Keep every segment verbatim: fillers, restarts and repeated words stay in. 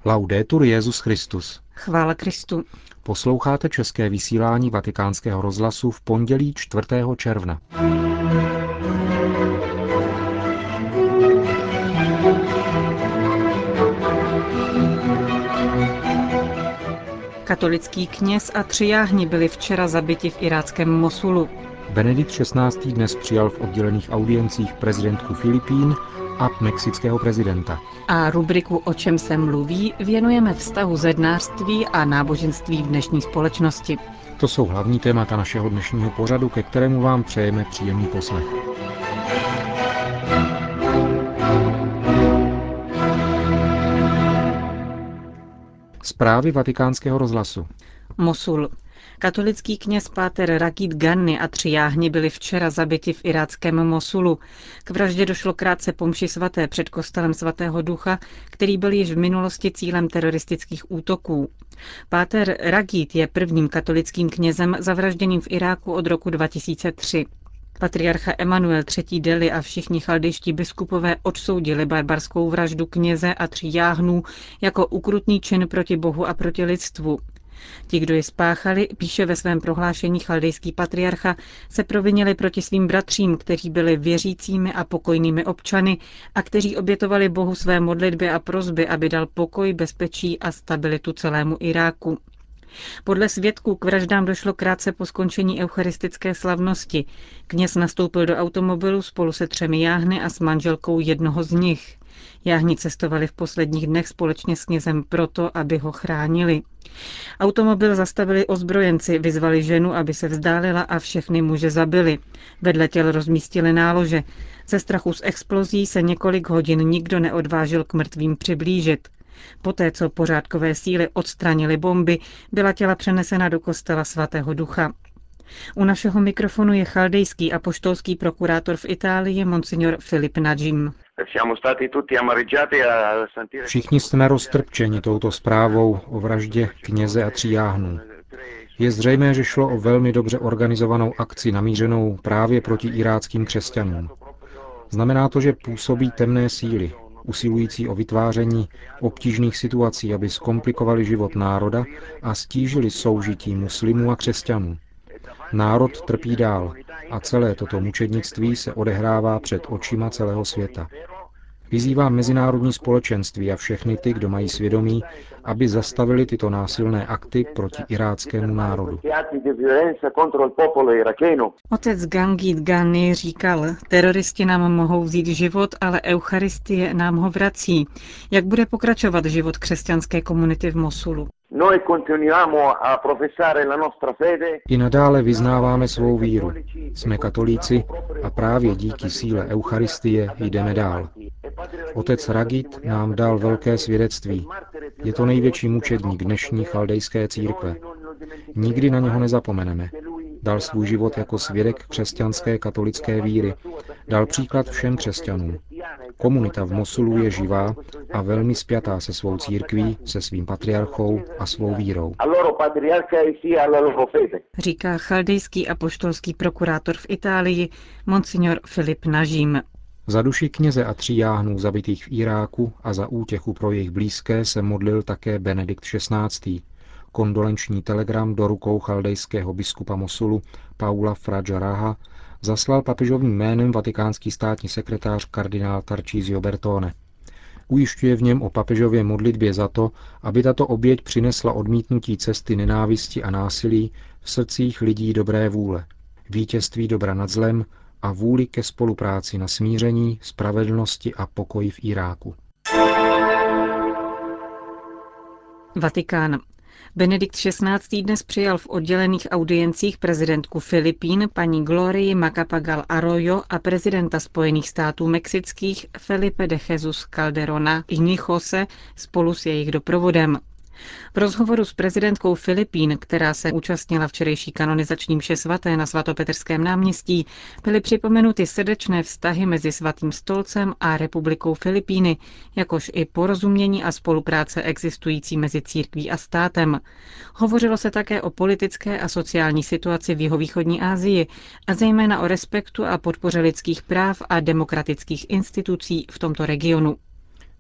Laudetur Jesus Christus. Chvála Kristu. Posloucháte české vysílání Vatikánského rozhlasu v pondělí čtvrtého června. Katolický kněz a tři jáhni byli včera zabiti v iráckém Mosulu. Benedikt šestnáctý. Dnes přijal v oddělených audiencích prezidentku Filipín a mexického prezidenta. A rubriku O čem se mluví věnujeme vztahu zednářství a náboženství v dnešní společnosti. To jsou hlavní témata našeho dnešního pořadu, ke kterému vám přejeme příjemný poslech. Zprávy Vatikánského rozhlasu. Mosul. Katolický kněz páter Ragid Ganni a tři jáhni byli včera zabiti v iráckém Mosulu. K vraždě došlo krátce po mši svaté před kostelem svatého Ducha, který byl již v minulosti cílem teroristických útoků. Páter Ragid je prvním katolickým knězem zavražděným v Iráku od roku dva tisíce tři. Patriarcha Emanuel třetí. Deli a všichni chaldejští biskupové odsoudili barbarskou vraždu kněze a tří jáhnů jako ukrutný čin proti Bohu a proti lidstvu. Ti, kdo je spáchali, píše ve svém prohlášení chaldejský patriarcha, se provinili proti svým bratřím, kteří byli věřícími a pokojnými občany a kteří obětovali Bohu své modlitby a prosby, aby dal pokoj, bezpečí a stabilitu celému Iráku. Podle svědků k vraždám došlo krátce po skončení eucharistické slavnosti. Kněz nastoupil do automobilu spolu se třemi jáhny a s manželkou jednoho z nich. Jáhni cestovali v posledních dnech společně s knězem proto, aby ho chránili. Automobil zastavili ozbrojenci, vyzvali ženu, aby se vzdálila a všechny muže zabili. Vedle těl rozmístili nálože. Ze strachu z explozí se několik hodin nikdo neodvážil k mrtvým přiblížit. Poté, co pořádkové síly odstranily bomby, byla těla přenesena do kostela svatého Ducha. U našeho mikrofonu je chaldejský apoštolský prokurátor v Itálii monsignor Filip Najim. Všichni jsme roztrpčeni touto zprávou o vraždě kněze a tří jáhnů. Je zřejmé, že šlo o velmi dobře organizovanou akci namířenou právě proti iráckým křesťanům. Znamená to, že působí temné síly, usilující o vytváření obtížných situací, aby zkomplikovali život národa a stížili soužití muslimů a křesťanů. Národ trpí dál a celé toto mučednictví se odehrává před očima celého světa. Vyzývám mezinárodní společenství a všechny ty, kdo mají svědomí, aby zastavili tyto násilné akty proti iráckému národu. Otec Gangid Ghani říkal, teroristi nám mohou vzít život, ale Eucharistie nám ho vrací. Jak bude pokračovat život křesťanské komunity v Mosulu? I nadále vyznáváme svou víru. Jsme katolíci a právě díky síle Eucharistie jdeme dál. Otec Ragid nám dal velké svědectví. Je to největší mučedník dnešní chaldejské církve. Nikdy na něho nezapomeneme. Dal svůj život jako svědek křesťanské katolické víry. Dal příklad všem křesťanům. Komunita v Mosulu je živá a velmi spjatá se svou církví, se svým patriarchou a svou vírou. Říká chaldejský apoštolský prokurátor v Itálii, monsignor Filip Najim. Za duši kněze a tří jáhnů zabitých v Iráku a za útěchu pro jejich blízké se modlil také Benedikt šestnáctý. Kondolenční telegram do rukou chaldejského biskupa Mosulu Paula Fra Jaraha zaslal papežovým jménem vatikánský státní sekretář kardinál Tarcisio Bertone. Ujišťuje v něm o papežově modlitbě za to, aby tato oběť přinesla odmítnutí cesty nenávisti a násilí v srdcích lidí dobré vůle, vítězství dobra nad zlem a vůli ke spolupráci na smíření, spravedlnosti a pokoji v Iráku. Vatikán. Benedikt šestnáctý. Dnes přijal v oddělených audiencích prezidentku Filipín paní Glorii Macapagal Arroyo a prezidenta Spojených států mexických Felipe de Jesus Calderona Hinojose spolu s jejich doprovodem. V rozhovoru s prezidentkou Filipín, která se účastnila včerejší kanonizační mše svaté na svatopetrském náměstí, byly připomenuty srdečné vztahy mezi Svatým stolcem a republikou Filipíny, jakož i porozumění a spolupráce existující mezi církví a státem. Hovořilo se také o politické a sociální situaci v jihovýchodní Asii a zejména o respektu a podpoře lidských práv a demokratických institucí v tomto regionu.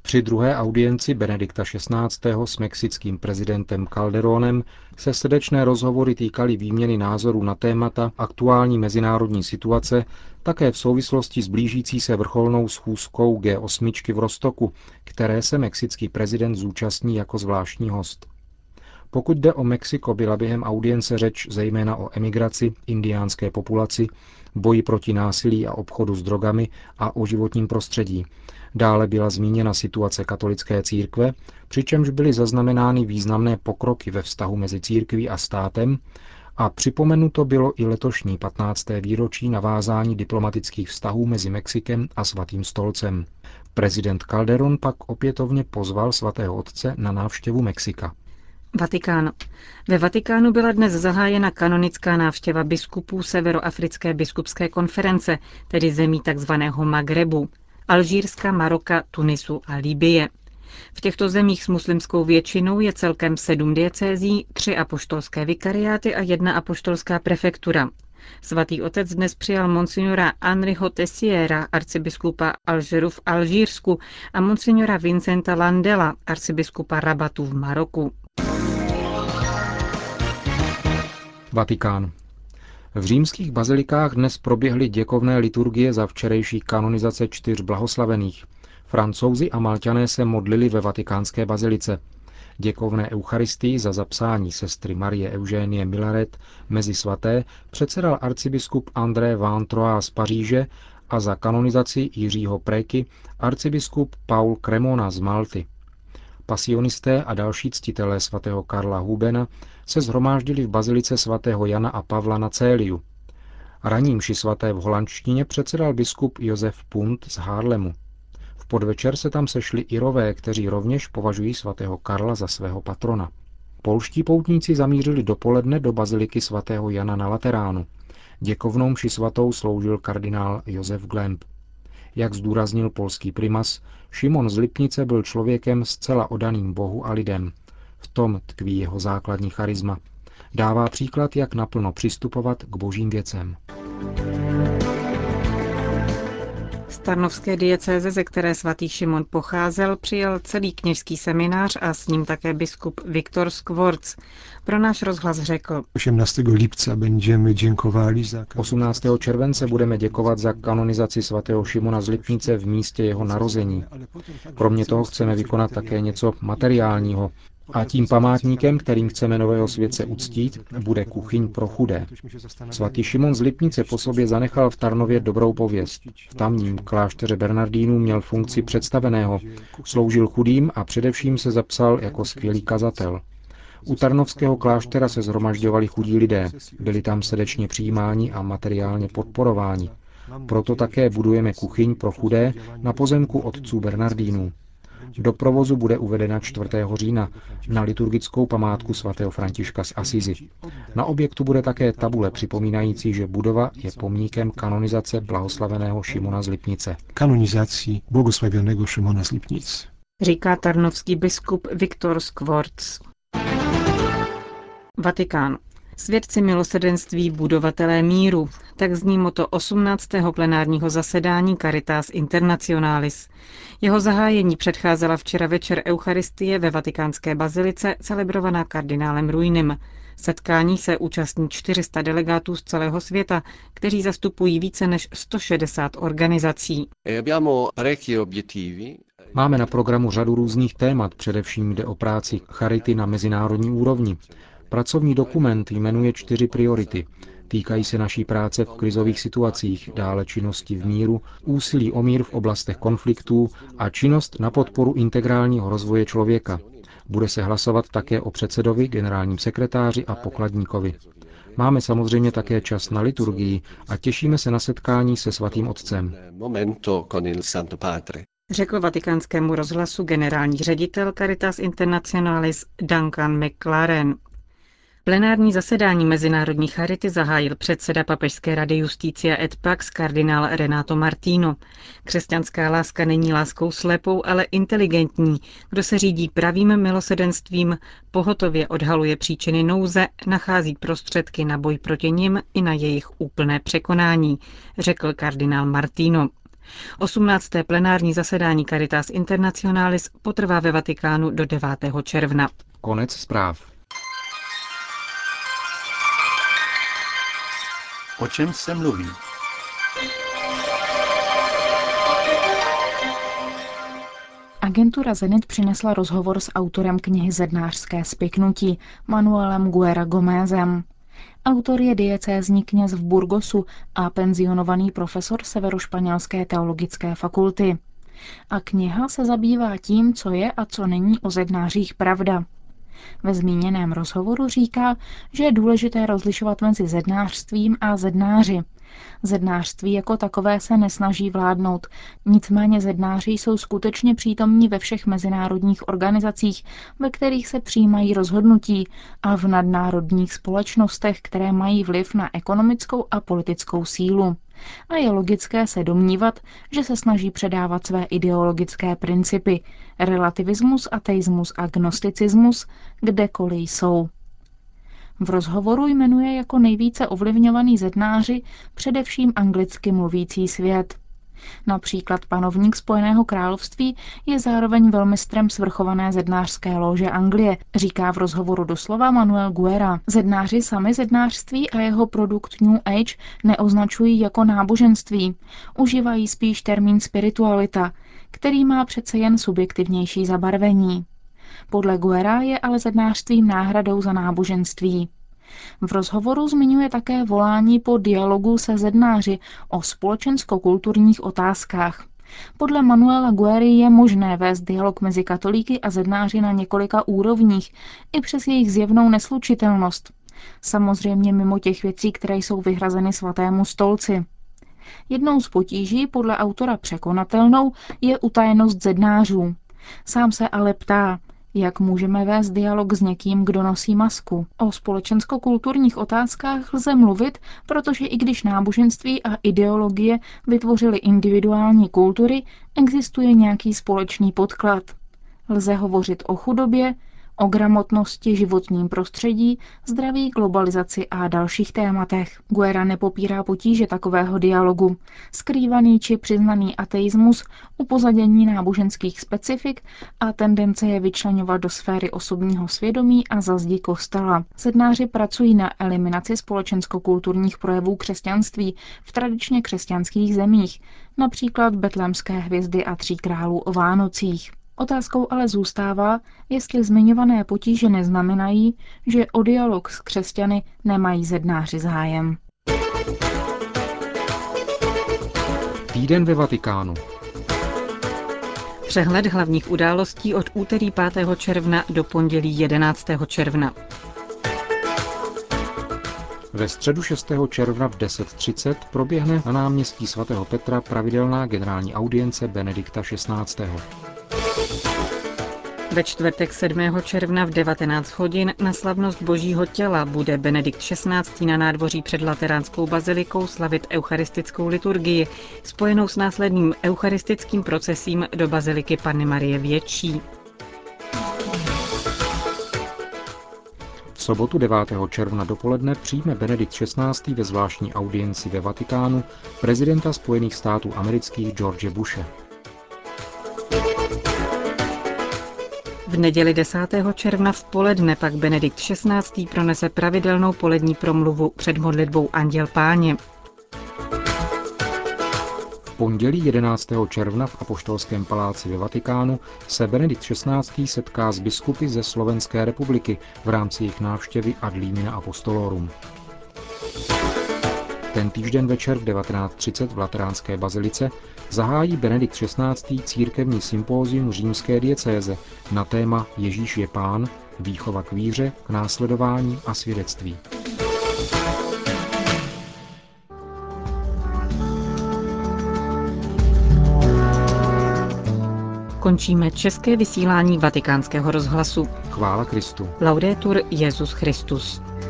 Při druhé audienci Benedikta šestnáctého s mexickým prezidentem Calderonem se srdečné rozhovory týkaly výměny názorů na témata aktuální mezinárodní situace, také v souvislosti s blížící se vrcholnou schůzkou G osm v Rostoku, které se mexický prezident zúčastní jako zvláštní host. Pokud jde o Mexiko, byla během audience řeč zejména o emigraci, indiánské populaci, boji proti násilí a obchodu s drogami a o životním prostředí. Dále byla zmíněna situace katolické církve, přičemž byly zaznamenány významné pokroky ve vztahu mezi církví a státem a připomenuto bylo i letošní patnácté výročí navázání diplomatických vztahů mezi Mexikem a Svatým stolcem. Prezident Calderón pak opětovně pozval svatého otce na návštěvu Mexika. Vatikán. Ve Vatikánu byla dnes zahájena kanonická návštěva biskupů Severoafrické biskupské konference, tedy zemí tzv. Magrebu, Alžírska, Maroka, Tunisu a Libye. V těchto zemích s muslimskou většinou je celkem sedm diecézí, tři apoštolské vikariáty a jedna apoštolská prefektura. Svatý otec dnes přijal monsignora Henryho Tessiera, arcibiskupa Alžíru v Alžírsku, a monsignora Vincenta Landela, arcibiskupa Rabatu v Maroku. Vatikán. V římských bazilikách dnes proběhly děkovné liturgie za včerejší kanonizace čtyř blahoslavených. Francouzi a Malťané se modlili ve vatikánské bazilice. Děkovné eucharistii za zapsání sestry Marie Eugénie Millaret mezi svaté předsedal arcibiskup André Van Troyes z Paříže a za kanonizaci Jiřího Préky arcibiskup Paul Cremona z Malty. Pasionisté a další ctitelé svatého Karla Hubena se shromáždili v bazilice svatého Jana a Pavla na Céliu. Ranní mši svaté v holandštině předsedal biskup Josef Punt z Haarlemu. V podvečer se tam sešli Irové, kteří rovněž považují svatého Karla za svého patrona. Polští poutníci zamířili dopoledne do baziliky svatého Jana na Lateránu. Děkovnou mši svatou sloužil kardinál Josef Glemp. Jak zdůraznil polský primas, Šimon z Lipnice byl člověkem zcela oddaným Bohu a lidem. V tom tkví jeho základní charisma. Dává příklad, jak naplno přistupovat k božím věcem. Z Tarnovské diecéze, ze které svatý Šimon pocházel, přijel celý kněžský seminář a s ním také biskup Viktor Skvorc. Pro náš rozhlas řekl: osmnáctého července budeme děkovat za kanonizaci svatého Šimona z Lipnice v místě jeho narození. Kromě toho chceme vykonat také něco materiálního. A tím památníkem, kterým chceme nového světce uctít, bude kuchyň pro chudé. Svatý Šimon z Lipnice po sobě zanechal v Tarnově dobrou pověst. V tamním klášteře Bernardínů měl funkci představeného, sloužil chudým a především se zapsal jako skvělý kazatel. U Tarnovského kláštera se shromažďovali chudí lidé, byli tam srdečně přijímáni a materiálně podporováni. Proto také budujeme kuchyň pro chudé na pozemku otců Bernardínů. Do provozu bude uvedena čtvrtého října na liturgickou památku svatého Františka z Asizi. Na objektu bude také tabule připomínající, že budova je pomníkem kanonizace blahoslaveného Šimona z Lipnice. Kanonizací blahoslaveného Šimona z Lipnice, říká tarnovský biskup Viktor Skvorc. Vatikán. Svědci milosrdenství, budovatelé míru. Tak zní moto osmnáctého plenárního zasedání Caritas Internationalis. Jeho zahájení předcházela včera večer eucharistie ve vatikánské bazilice, celebrovaná kardinálem Ruinim. Setkání se účastní čtyři sta delegátů z celého světa, kteří zastupují více než sto šedesát organizací. Máme na programu řadu různých témat, především jde o práci charity na mezinárodní úrovni. Pracovní dokument jmenuje čtyři priority. Týkají se naší práce v krizových situacích, dále činnosti v míru, úsilí o mír v oblastech konfliktů a činnost na podporu integrálního rozvoje člověka. Bude se hlasovat také o předsedovi, generálním sekretáři a pokladníkovi. Máme samozřejmě také čas na liturgii a těšíme se na setkání se svatým otcem. Řekl vatikánskému rozhlasu generální ředitel Caritas Internationalis Duncan McLaren. Plenární zasedání Mezinárodní charity zahájil předseda Papežské rady Justicia et Pax kardinál Renato Martino. Křesťanská láska není láskou slepou, ale inteligentní. Kdo se řídí pravým milosrdenstvím, pohotově odhaluje příčiny nouze, nachází prostředky na boj proti nim i na jejich úplné překonání, řekl kardinál Martino. osmnácté plenární zasedání Caritas Internationalis potrvá ve Vatikánu do devátého června. Konec zpráv. O čem se mluví? Agentura Zenit přinesla rozhovor s autorem knihy Zednářské spiknutí Manuelem Guerra Gomezem. Autor je diecézní kněz v Burgosu a penzionovaný profesor Severošpanělské teologické fakulty. A kniha se zabývá tím, co je a co není o zednářích pravda. Ve zmíněném rozhovoru říká, že je důležité rozlišovat mezi zednářstvím a zednáři. Zednářství jako takové se nesnaží vládnout, nicméně zednáři jsou skutečně přítomní ve všech mezinárodních organizacích, ve kterých se přijímají rozhodnutí, a v nadnárodních společnostech, které mají vliv na ekonomickou a politickou sílu. A je logické se domnívat, že se snaží předávat své ideologické principy, relativismus, ateismus a gnosticismus, kdekoliv jsou. V rozhovoru jmenuje jako nejvíce ovlivňovaný zednáři především anglicky mluvící svět. Například panovník Spojeného království je zároveň velmistrem svrchované zednářské lóže Anglie, říká v rozhovoru doslova Manuel Guerra. Zednáři sami zednářství a jeho produkt New Age neoznačují jako náboženství. Užívají spíš termín spiritualita, který má přece jen subjektivnější zabarvení. Podle Guerra je ale zednářstvím náhradou za náboženství. V rozhovoru zmiňuje také volání po dialogu se zednáři o společensko-kulturních otázkách. Podle Manuela Guerry je možné vést dialog mezi katolíky a zednáři na několika úrovních, i přes jejich zjevnou neslučitelnost. Samozřejmě mimo těch věcí, které jsou vyhrazeny svatému stolci. Jednou z potíží, podle autora překonatelnou, je utajenost zednářů. Sám se ale ptá, jak můžeme vést dialog s někým, kdo nosí masku. O společensko-kulturních otázkách lze mluvit, protože i když náboženství a ideologie vytvořily individuální kultury, existuje nějaký společný podklad. Lze hovořit o chudobě, o gramotnosti, životním prostředí, zdraví, globalizaci a dalších tématech. Guerra nepopírá potíže takového dialogu. Skrývaný či přiznaný ateismus, upozadění náboženských specifik a tendence je vyčleňovat do sféry osobního svědomí a za zdi kostela. Zednáři pracují na eliminaci společensko-kulturních projevů křesťanství v tradičně křesťanských zemích, například Betlémské hvězdy a Tří králů o Vánocích. Otázkou ale zůstává, jestli zmiňované potíže neznamenají, že o dialog s křesťany nemají zednáři zájem. Týden ve Vatikánu. Přehled hlavních událostí od úterý pátého června do pondělí jedenáctého června. Ve středu šestého června v deset třicet proběhne na náměstí svatého Petra pravidelná generální audience Benedikta šestnáctého. Ve čtvrtek sedmého června v devatenáct hodin na slavnost Božího těla bude Benedikt šestnáctý na nádvoří před Lateránskou bazilikou slavit eucharistickou liturgii, spojenou s následným eucharistickým procesím do baziliky Panny Marie Větší. V sobotu devátého června dopoledne přijme Benedikt šestnáctý ve zvláštní audienci ve Vatikánu prezidenta Spojených států amerických George Bushe. V neděli desátého června v poledne pak Benedikt šestnáctý pronese pravidelnou polední promluvu před modlitbou Anděl Páně. V pondělí jedenáctého června v Apoštolském paláci ve Vatikánu se Benedikt šestnáctý setká s biskupy ze Slovenské republiky v rámci jejich návštěvy Ad limina apostolorum. Ten týžden večer v devatenáct třicet v Lateránské bazilice zahájí Benedikt šestnáctý církevní sympózium římské diecéze na téma Ježíš je Pán, výchova k víře, k následování a svědectví. Končíme české vysílání Vatikánského rozhlasu. Chvála Kristu. Laudetur Jesus Christus.